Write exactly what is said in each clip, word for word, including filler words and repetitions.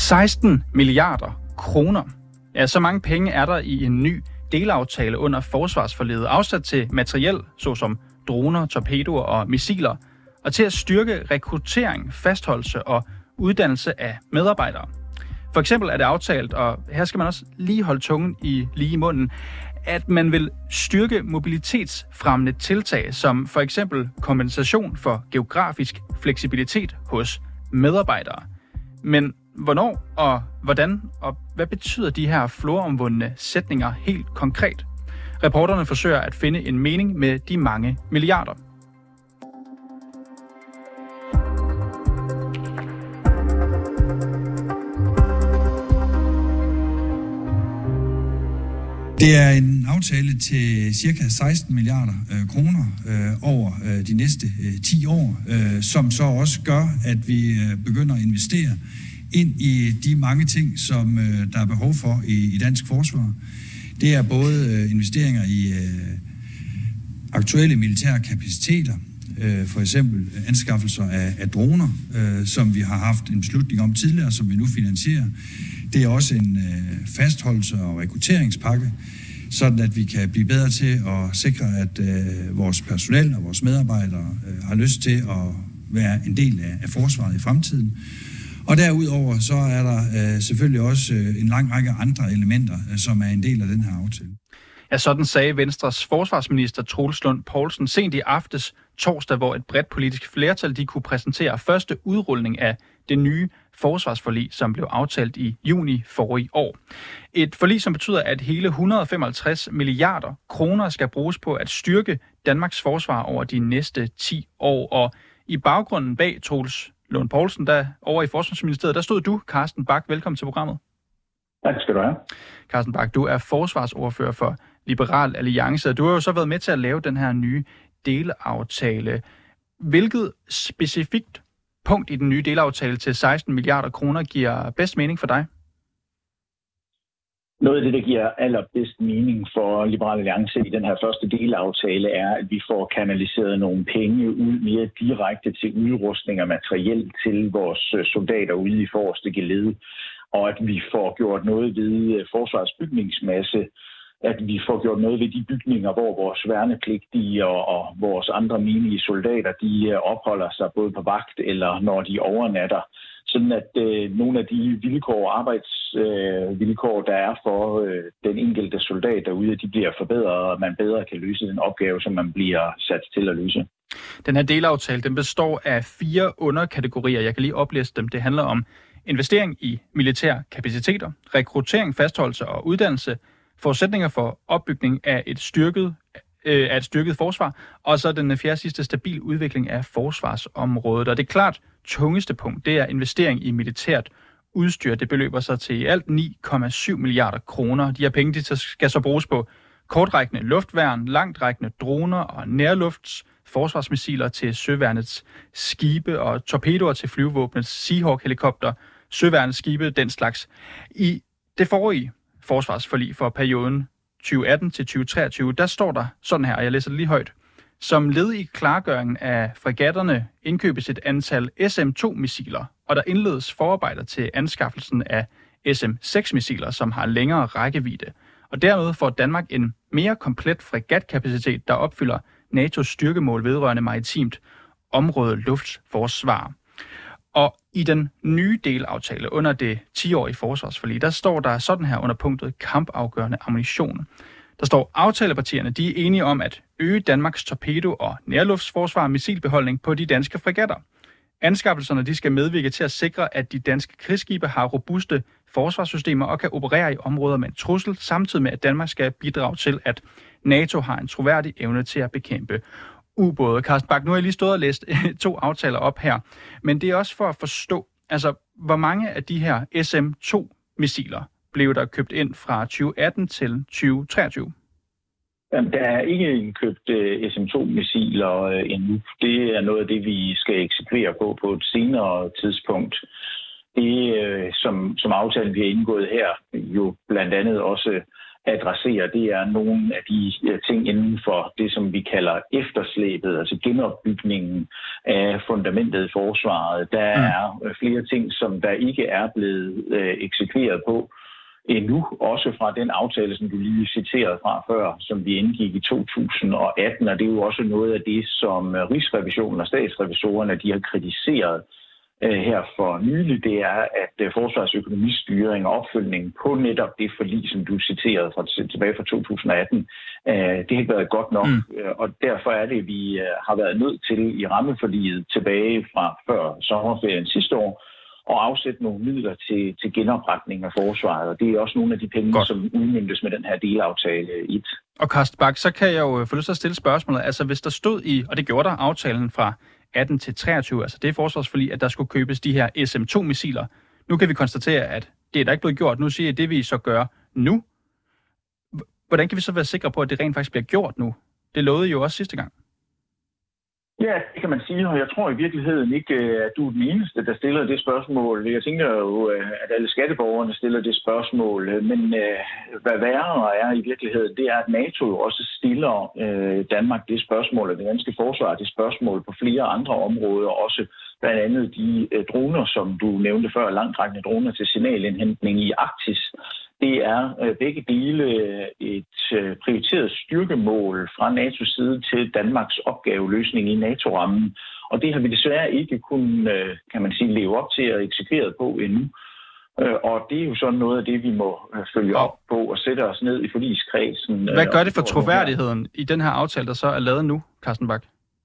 seksten milliarder kroner. Ja, så mange penge er der i en ny delaftale under forsvarsforliget, afsat til materiel, såsom droner, torpedoer og missiler, og til at styrke rekruttering, fastholdelse og uddannelse af medarbejdere. For eksempel er det aftalt, og her skal man også lige holde tungen i lige munden, at man vil styrke mobilitetsfremmende tiltag, som for eksempel kompensation for geografisk fleksibilitet hos medarbejdere. Men hvornår og hvordan og hvad betyder de her floromvundne sætninger helt konkret? Reporterne forsøger at finde en mening med de mange milliarder. Det er en aftale til cirka seksten milliarder øh, kroner øh, over øh, de næste øh, ti år, øh, som så også gør, at vi øh, begynder at investere ind i de mange ting, som øh, der er behov for i, i dansk forsvar. Det er både øh, investeringer i øh, aktuelle militære kapaciteter, øh, for eksempel anskaffelser af, af droner, øh, som vi har haft en beslutning om tidligere, som vi nu finansierer. Det er også en øh, fastholdelse og rekrutteringspakke, sådan at vi kan blive bedre til at sikre, at øh, vores personel og vores medarbejdere øh, har lyst til at være en del af, af forsvaret i fremtiden. Og derudover så er der øh, selvfølgelig også øh, en lang række andre elementer, øh, som er en del af den her aftale. Ja, sådan sagde Venstres forsvarsminister Troels Lund Poulsen sent i aftes torsdag, hvor et bredt politisk flertal de kunne præsentere første udrulning af det nye forsvarsforlig, som blev aftalt i juni forrige år. Et forlig, som betyder, at hele et hundrede og femoghalvtreds milliarder kroner skal bruges på at styrke Danmarks forsvar over de næste ti år. Og i baggrunden bag Troels Lund Poulsen, der over i Forsvarsministeriet, der stod du, Carsten Bach. Velkommen til programmet. Tak skal du have. Carsten Bach, du er forsvarsordfører for Liberal Alliance. Du har jo så været med til at lave den her nye delaftale. Hvilket specifikt punkt i den nye delaftale til seksten milliarder kroner giver bedst mening for dig? Noget af det, der giver allerbedst mening for Liberal Alliance i den her første delaftale, er, at vi får kanaliseret nogle penge ud mere direkte til udrustning og materiel til vores soldater ude i forreste geled, og at vi får gjort noget ved forsvarets bygningsmasse, at vi får gjort noget ved de bygninger, hvor vores værnepligtige og, og vores andre menige soldater, de opholder sig både på vagt eller når de overnatter. Sådan at øh, nogle af de vilkår, arbejdsvilkår, øh, der er for øh, den enkelte soldat derude, de bliver forbedret, og man bedre kan løse den opgave, som man bliver sat til at løse. Den her delaftale, den består af fire underkategorier. Jeg kan lige oplæse dem. Det handler om investering i militære kapaciteter, rekruttering, fastholdelse og uddannelse, forudsætninger for opbygning af et styrket, øh, af et styrket forsvar, og så den fjerde sidste stabil udvikling af forsvarsområdet. Og det er klart tungeste punkt, det er investering i militært udstyr. Det beløber sig til i alt ni komma syv milliarder kroner. De her penge de skal så bruges på kortrækkende luftværn, langtrækkende droner og nærlufts forsvarsmissiler til søværnets skibe og torpedoer til flyvevåbnets Seahawk-helikopter, søværnets skibe, den slags. I det forrige forsvarsforlig for perioden tyve atten til tyve treogtyve, der står der sådan her, og jeg læser det lige højt. Som led i klargøringen af fregatterne indkøbes et antal S M to missiler, og der indledes forarbejder til anskaffelsen af S M seks missiler, som har længere rækkevidde. Og dermed får Danmark en mere komplet fregatkapacitet, der opfylder N A T O's styrkemål vedrørende maritimt område luftforsvar. Og i den nye delaftale under det ti-årige forsvarsforlig, der står der sådan her under punktet kampafgørende ammunition. Der står, aftalepartierne de er enige om at øge Danmarks torpedo- og nærluftsforsvar og missilbeholdning på de danske fregatter. Anskaffelserne de skal medvirke til at sikre, at de danske krigsskibe har robuste forsvarssystemer og kan operere i områder med en trussel, samtidig med at Danmark skal bidrage til, at NATO har en troværdig evne til at bekæmpe ubåde. Carsten Bach, nu har jeg lige stået og læst to aftaler op her, men det er også for at forstå, altså hvor mange af de her S M to missiler blev der købt ind fra tyve atten til tyve treogtyve? Jamen, der er ikke købt uh, S M to missiler uh, endnu. Det er noget af det, vi skal eksekvere på på et senere tidspunkt. Det, uh, som, som aftalen vi har indgået her, jo blandt andet også adresserer, det er nogle af de ting inden for det, som vi kalder efterslæbet, altså genopbygningen af fundamentet i forsvaret. Der er flere ting, som der ikke er blevet øh, eksekveret på endnu, også fra den aftale, som du lige citerede fra før, som vi indgik i to tusind og atten, og det er jo også noget af det, som Rigsrevisionen og statsrevisorerne, de har kritiseret her for nylig, det er, at forsvarsøkonomistyring og opfølgning på netop det forlig, som du citerede fra, tilbage fra to tusind og atten, det har ikke været godt nok, mm. og derfor er det, at vi har været nødt til i rammeforliget tilbage fra før sommerferien sidste år, og afsætte nogle midler til, til genopretning af forsvaret, og det er også nogle af de penge, godt. Som udmøntes med den her delaftale et. Og Carsten Bach, så kan jeg jo få lyst til at stille spørgsmålet, altså hvis der stod i, og det gjorde der, aftalen fra atten til treogtyve, altså det er forsvarsforlig, at der skulle købes de her S M to missiler. Nu kan vi konstatere, at det er der ikke blevet gjort. Nu siger jeg, det vi så gør nu. Hvordan kan vi så være sikre på, at det rent faktisk bliver gjort nu? Det lovede I jo også sidste gang. Ja, det kan man sige, og jeg tror i virkeligheden ikke, at du er den eneste, der stiller det spørgsmål. Jeg tænker jo, at alle skatteborgerne stiller det spørgsmål, men hvad værre er i virkeligheden, det er, at NATO jo også stiller Danmark det spørgsmål, og det danske forsvar det spørgsmål på flere andre områder, også blandt andet de droner, som du nævnte før, langtrækkende droner til signalindhentning i Arktis. Det er begge dele et prioriteret styrkemål fra N A T O's side til Danmarks opgaveløsning i NATO-rammen. Og det har vi desværre ikke kunnet, kan man sige, leve op til og eksekveret på endnu. Og det er jo sådan noget af det, vi må følge op på og sætte os ned i forligskredsen. Hvad gør det for troværdigheden i den her aftale, der så er lavet nu, Carsten Bach?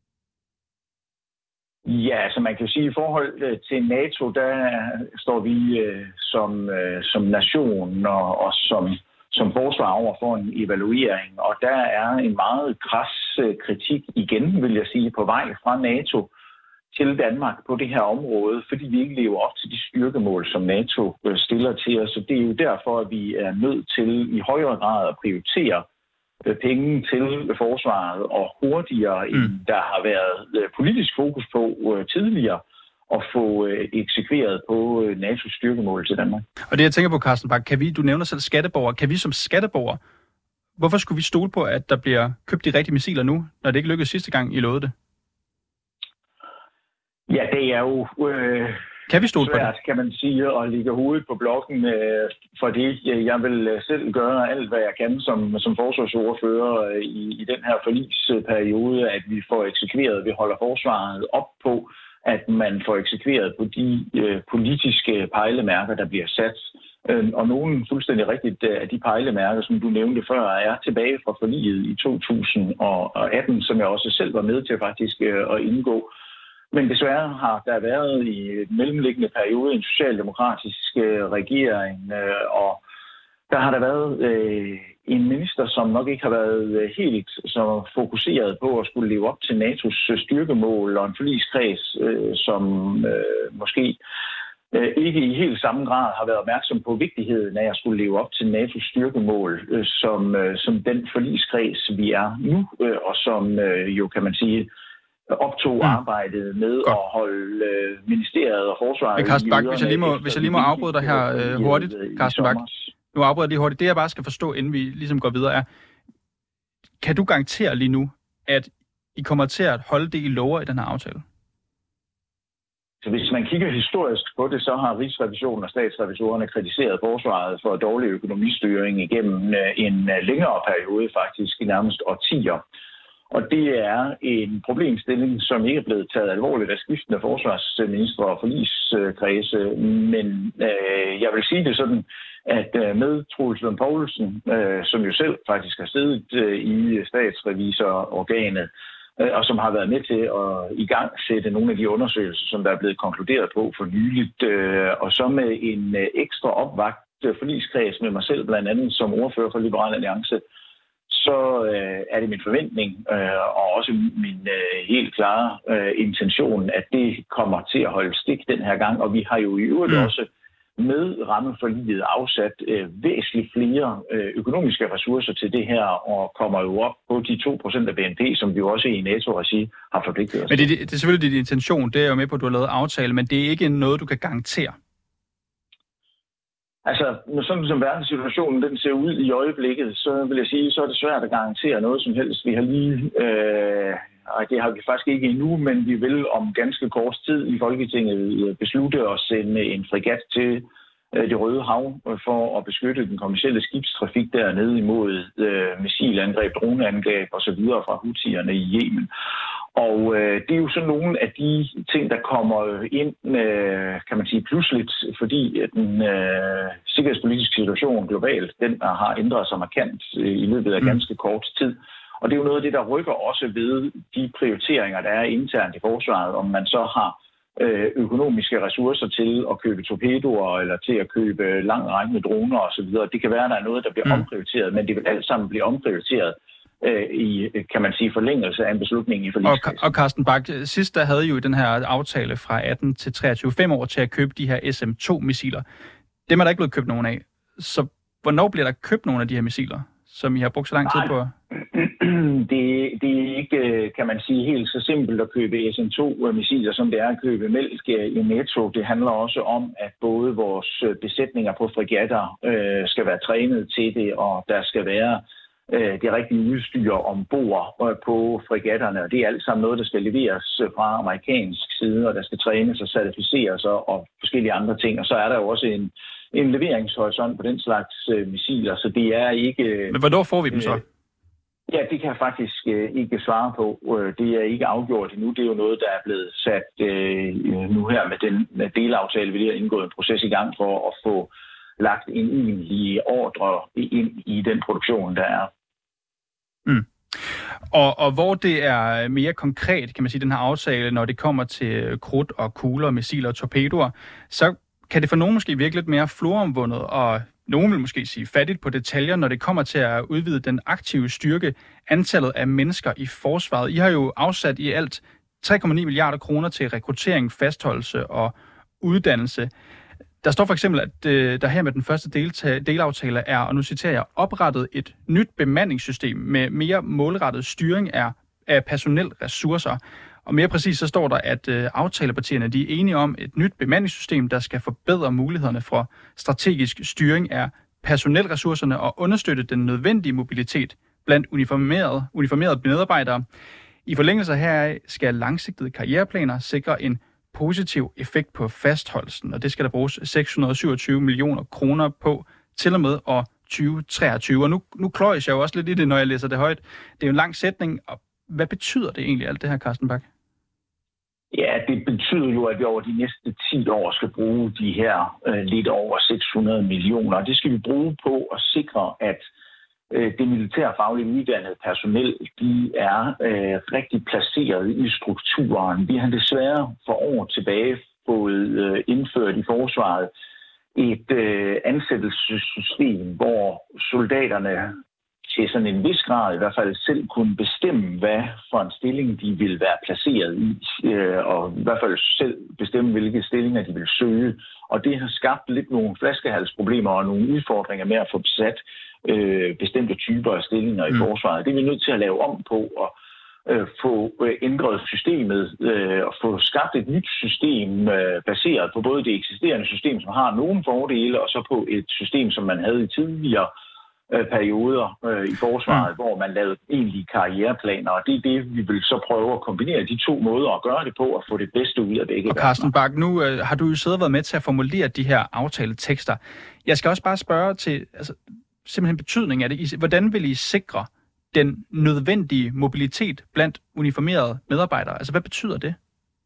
Ja, altså man kan sige, at i forhold til NATO, der står vi øh, som, øh, som nation og, og som, som forsvar over for en evaluering. Og der er en meget kras øh, kritik igen, vil jeg sige, på vej fra NATO til Danmark på det her område, fordi vi ikke lever op til de styrkemål, som NATO øh, stiller til os. Så det er jo derfor, at vi er nødt til i højere grad at prioritere penge til forsvaret og hurtigere, end mm. der har været politisk fokus på uh, tidligere, at få uh, eksekveret på uh, N A T O's styrkemål til Danmark. Og det jeg tænker på, Carsten Bach, kan vi, du nævner selv skatteborgere, kan vi som skatteborgere, hvorfor skulle vi stole på, at der bliver købt de rigtige missiler nu, når det ikke lykkedes sidste gang, I lovede det? Ja, det er jo... Uh... Kan vi stole på det? Kan man sige, og ligge hovedet på blokken, øh, for det. Jeg vil selv gøre alt, hvad jeg kan som, som forsvarsordfører i, i den her forligsperiode, at vi får eksekveret, vi holder forsvaret op på, at man får eksekveret på de øh, politiske pejlemærker, der bliver sat. Øh, og nogle fuldstændig rigtigt af de pejlemærker, som du nævnte før, er tilbage fra forliget i to tusind og atten, som jeg også selv var med til faktisk øh, at indgå. Men desværre har der været i et mellemliggende periode en socialdemokratisk øh, regering, øh, og der har der været øh, en minister, som nok ikke har været helt så fokuseret på at skulle leve op til N A T O's styrkemål, og en forligskreds, øh, som øh, måske øh, ikke i helt samme grad har været opmærksom på vigtigheden af at skulle leve op til N A T O's styrkemål, øh, som, øh, som den forligskreds, vi er nu, øh, og som øh, jo, kan man sige, optog mm. arbejdet med Godt. At holde øh, ministeriet og forsvaret... Men Carsten Bach, hvis jeg lige må, hvis jeg lige må afbryde dig her øh, hurtigt, Carsten Bach. Nu afbryder jeg lige hurtigt. Det jeg bare skal forstå, inden vi ligesom går videre, er, kan du garantere lige nu, at I kommer til at holde det, I lover i den her aftale? Så hvis man kigger historisk på det, så har Rigsrevisionen og statsrevisorerne kritiseret forsvaret for dårlig økonomistyring igennem en længere periode, faktisk i nærmest årtier. Og det er en problemstilling, som ikke er blevet taget alvorligt af skiftende forsvarsministre og forligskredse. Men øh, jeg vil sige det sådan, at øh, med Troels Lund Poulsen, øh, som jo selv faktisk har siddet øh, i statsrevisororganet, øh, og som har været med til at i gang sætte nogle af de undersøgelser, som der er blevet konkluderet på for nyligt, øh, og så med en øh, ekstra opvagt øh, forligskreds med mig selv, blandt andet som ordfører for Liberal Alliance, så øh, er det min forventning øh, og også min øh, helt klare øh, intention, at det kommer til at holde stik den her gang. Og vi har jo i øvrigt mm. også med rammeforliget afsat øh, væsentligt flere øh, økonomiske ressourcer til det her, og kommer jo op på de to procent af B N P, som vi jo også i NATO-regi har forpligtet os. Men det, det er selvfølgelig din intention, det er jo med på, at du har lavet aftale, men det er ikke noget, du kan garantere. Altså, når sådan som verdenssituationen den ser ud i øjeblikket, så vil jeg sige, så er det svært at garantere noget som helst. Vi har lige, øh, og det har vi faktisk ikke endnu, men vi vil om ganske kort tid i Folketinget beslutte at sende en fregat til øh, det Røde Hav for at beskytte den kommercielle skibstrafik dernede imod øh, missilangreb, droneangreb osv. fra Houthierne i Yemen. Og øh, det er jo sådan nogle af de ting, der kommer ind, øh, kan man sige, pludseligt, fordi den øh, sikkerhedspolitiske situation globalt, den har ændret sig markant øh, i løbet af ganske kort tid. Og det er jo noget af det, der rykker også ved de prioriteringer, der er internt i forsvaret, om man så har øh, økonomiske ressourcer til at købe torpedoer eller til at købe langrækkende droner osv. Det kan være, at der er noget, der bliver mm. omprioriteret, men det vil alt sammen blive omprioriteret i, kan man sige, forlængelse af en beslutning i forligskredsen. Og, og Carsten Bach, sidst der havde jo den her aftale fra atten til treogtyve, fem år til at købe de her S M to missiler. Dem er der ikke blevet købt nogen af. Så hvornår bliver der købt nogle af de her missiler, som I har brugt så lang tid på? Det, det er ikke, kan man sige, helt så simpelt at købe S M to missiler, som det er at købe mælk i Netto. Det handler også om, at både vores besætninger på fregatter øh, skal være trænet til det, og der skal være det rigtige udstyr ombord på fregatterne, og det er alt sammen noget, der skal leveres fra amerikansk side, og der skal trænes og certificeres og forskellige andre ting. Og så er der jo også en, en leveringshorisont på den slags uh, missiler, så det er ikke... Men hvornår får vi dem så? Uh, ja, det kan jeg faktisk uh, ikke svare på. Uh, det er ikke afgjort endnu. Det er jo noget, der er blevet sat uh, nu her med den med delaftale, vi lige har indgået en proces i gang for at få lagt en egentlig ordre ind i den produktion, der er. Mm. Og, og hvor det er mere konkret, kan man sige, den her aftale, når det kommer til krudt og kugler, missiler og torpedoer, så kan det for nogen måske virke lidt mere floromvundet, og nogen vil måske sige fattigt på detaljer, når det kommer til at udvide den aktive styrke, antallet af mennesker i forsvaret. I har jo afsat i alt tre komma ni milliarder kroner til rekruttering, fastholdelse og uddannelse. Der står for eksempel, at øh, der her med den første delta- delaftale er, og nu citerer jeg, oprettet et nyt bemandingssystem med mere målrettet styring af, af personelressourcer. Og mere præcis så står der, at øh, aftalepartierne de er enige om et nyt bemandingssystem, der skal forbedre mulighederne for strategisk styring af personelressourcerne og understøtte den nødvendige mobilitet blandt uniformerede, uniformerede medarbejdere. I forlængelse heraf skal langsigtede karriereplaner sikre en positiv effekt på fastholdelsen, og det skal der bruges seks hundrede syvogtyve millioner kroner på til og med år tyve treogtyve. Og nu, nu kløjes jeg jo også lidt i det, når jeg læser det højt. Det er jo en lang sætning, og hvad betyder det egentlig alt det her, Carsten Bach? Ja, det betyder jo, at vi over de næste ti år skal bruge de her øh, lidt over seks hundrede millioner. Det skal vi bruge på at sikre, at det militærfagligt uddannede personel, de er øh, rigtig placeret i strukturen. Vi har desværre for år tilbage fået øh, indført i forsvaret et øh, ansættelsessystem, hvor soldaterne til sådan en vis grad i hvert fald selv kunne bestemme, hvad for en stilling de vil være placeret i, øh, og i hvert fald selv bestemme, hvilke stillinger de vil søge. Og det har skabt lidt nogle flaskehalsproblemer og nogle udfordringer med at få besat øh, bestemte typer af stillinger mm. i forsvaret. Det er vi nødt til at lave om på og øh, få øh, ændret systemet øh, og få skabt et nyt system øh, baseret på både det eksisterende system, som har nogle fordele, og så på et system, som man havde i tidligere perioder øh, i forsvaret, mm. hvor man lavede egentlige karriereplaner, og det er det, vi vil så prøve at kombinere de to måder at gøre det på, og få det bedste ud af begge. Og Carsten Bach, nu øh, har du jo siddet og været med til at formulere de her aftaletekster. Jeg skal også bare spørge til altså, simpelthen betydningen af det. Hvordan vil I sikre den nødvendige mobilitet blandt uniformerede medarbejdere? Altså, hvad betyder det?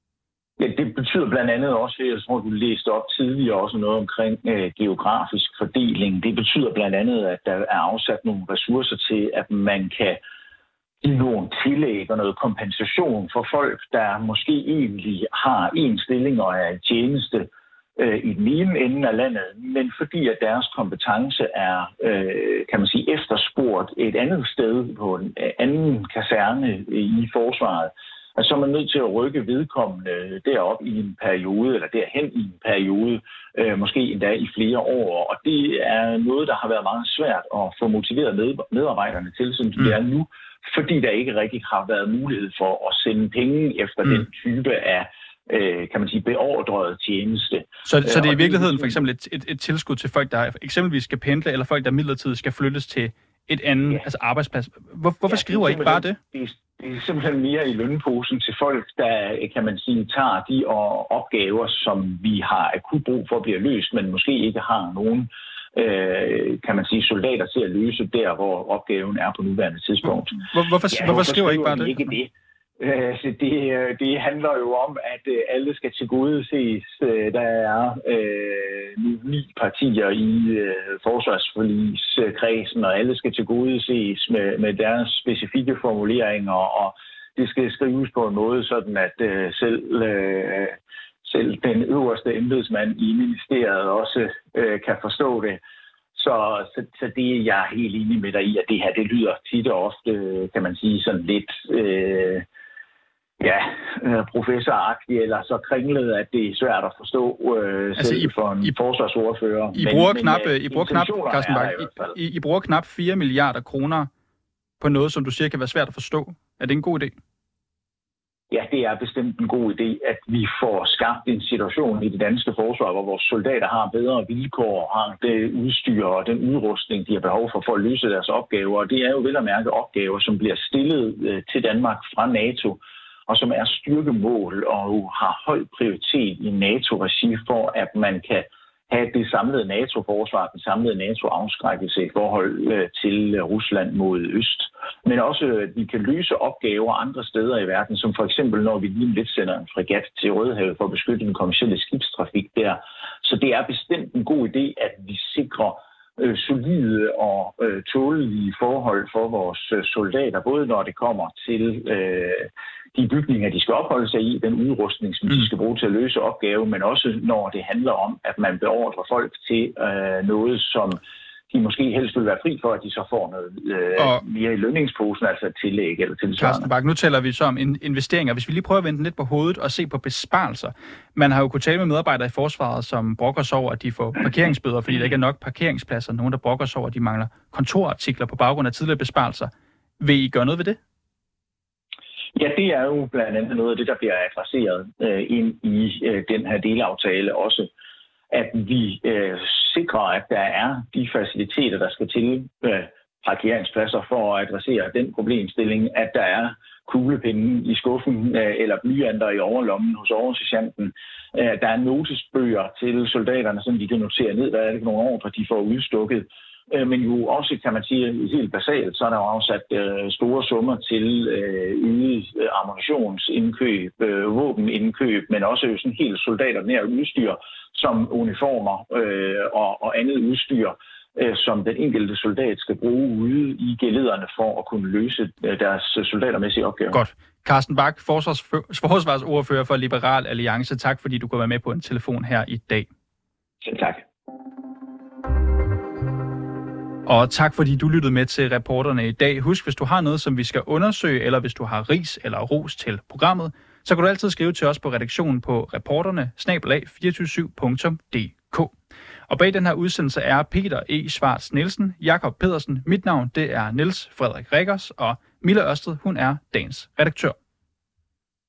Ja, det betyder blandt andet også, jeg tror, du læste op tidligere også noget omkring øh, geografisk fordeling. Det betyder blandt andet, at der er afsat nogle ressourcer til, at man kan give nogle tillæg og noget kompensation for folk, der måske egentlig har en stilling og er i tjeneste øh, i den ene ende af landet, men fordi at deres kompetence er, øh, kan man sige, efterspurgt et andet sted på en anden kaserne i forsvaret, og så er man nødt til at rykke vedkommende derop i en periode, eller derhen i en periode, øh, måske endda i flere år. Og det er noget, der har været meget svært at få motiveret medarbejderne til, som det er nu, fordi der ikke rigtig har været mulighed for at sende penge efter mm. den type af øh, kan man sige, beordret tjeneste. Så, så det er i virkeligheden for eksempel et, et, et tilskud til folk, der eksempelvis skal pendle, eller folk, der midlertidigt skal flyttes til et andet ja. altså arbejdsplads. Hvor, hvorfor ja, skriver I ikke bare det? det? Det er simpelthen mere i lønposen til folk, der, kan man sige, tager de opgaver, som vi har akut brug for at blive løst, men måske ikke har nogen, øh, kan man sige, soldater til at løse der, hvor opgaven er på nuværende tidspunkt. Hvor, hvorfor, ja, hvorfor skriver I ikke bare det? Ikke det? Øh, det? Det handler jo om, at alle skal tilgodeses. Der er øh, ni partier i øh, forsvarsforligskredsen, og alle skal tilgodeses med, med deres specifikke formuleringer, og det skal skrives på en måde, sådan at øh, selv, øh, selv den øverste embedsmand i ministeriet også øh, kan forstå det. Så, så, så det er jeg helt enig med dig i, at det her, det lyder tit og ofte, kan man sige, sådan lidt... Øh, Ja, professoragtigt eller så kringlet, at det er svært at forstå øh, altså selv I, for en I, forsvarsordfører. I bruger men, knap, men, I bruger knap, Carsten Bach, I, I, I bruger knap fire milliarder kroner på noget, som du siger kan være svært at forstå. Er det en god idé? Ja, det er bestemt en god idé, at vi får skabt en situation i det danske forsvar, hvor vores soldater har bedre vilkår, har det udstyr og den udrustning, de har behov for for at løse deres opgaver. Og det er jo vel at mærke opgaver, som bliver stillet øh, til Danmark fra NATO, og som er styrkemål og har høj prioritet i NATO-regi for, at man kan have det samlede NATO-forsvar, den samlede NATO-afskrækkelse i forhold øh, til Rusland mod øst. Men også, at vi kan løse opgaver andre steder i verden, som for eksempel, når vi lige lidt sender en fregat til Rødehavet for at beskytte den kommercielle skibstrafik der. Så det er bestemt en god idé, at vi sikrer øh, solide og øh, tålelige forhold for vores øh, soldater, både når det kommer til øh, de bygninger, de skal opholde sig i, den udrustning, som de skal bruge til at løse opgaven, men også når det handler om, at man beordrer folk til øh, noget, som de måske helst vil være fri for, at de så får noget øh, mere i lønningsposen, altså et tillæg eller tilsvarende. Carsten Bach, nu taler vi så om investeringer. Hvis vi lige prøver at vende lidt på hovedet og se på besparelser. Man har jo kunnet tale med medarbejdere i forsvaret, som brokker sig over, at de får parkeringsbøder, fordi der ikke er nok parkeringspladser. Nogen, der brokker sig over, at de mangler kontorartikler på baggrund af tidligere besparelser. Vil I gøre noget ved det? Ja, det er jo blandt andet noget af det, der bliver adresseret øh, ind i øh, den her delaftale også, at vi øh, sikrer, at der er de faciliteter, der skal til øh, parkeringspladser for at adressere den problemstilling, at der er kuglepinde i skuffen øh, eller blyanter i overlommen hos oversergeanten. Øh, der er notesbøger til soldaterne, som de kan notere ned, hvad er det for nogle ordre, de får udstukket. Men jo også, kan man sige, helt basalt, så er der jo afsat øh, store summer til øh, øget øh, ammunitionsindkøb, øh, våbenindkøb, men også jo sådan helt soldater nær udstyr, som uniformer øh, og, og andet udstyr, øh, som den enkelte soldat skal bruge ude i gelederne for at kunne løse øh, deres soldatermæssige opgaver. Godt. Carsten Bach, forsvars, forsvarsordfører for Liberal Alliance. Tak, fordi du kunne være med på en telefon her i dag. Selv tak. Og tak, fordi du lyttede med til Reporterne i dag. Husk, hvis du har noget, som vi skal undersøge, eller hvis du har ris eller ros til programmet, så kan du altid skrive til os på redaktionen på reporterne snabel-a to fire syv punktum d k. Og bag den her udsendelse er Peter E. Schwartz Nielsen, Jakob Pedersen, mit navn det er Niels Frederik Rikkers, og Mille Ørsted, hun er dagens redaktør.